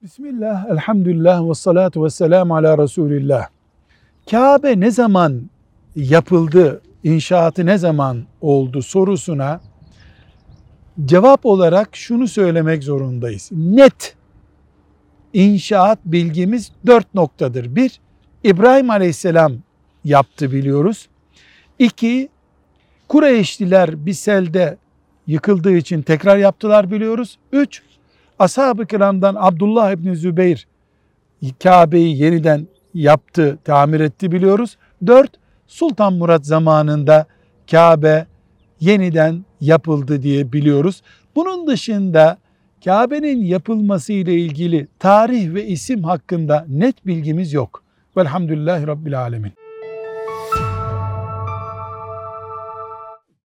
Bismillah, elhamdülillah ve salatu ve selamu ala Resulillah. Kabe ne zaman yapıldı, inşaatı ne zaman oldu sorusuna cevap olarak şunu söylemek zorundayız. Net inşaat bilgimiz 4 noktadır. 1, İbrahim Aleyhisselam yaptı biliyoruz. 2, Kureyşliler bir selde yıkıldığı için tekrar yaptılar biliyoruz. 3, Ashab-ı Kiram'dan Abdullah İbni Zübeyir Kabe'yi yeniden yaptı, tamir etti biliyoruz. 4, Sultan Murat zamanında Kabe yeniden yapıldı diye biliyoruz. Bunun dışında Kabe'nin yapılması ile ilgili tarih ve isim hakkında net bilgimiz yok. Velhamdülillahi Rabbil Alemin.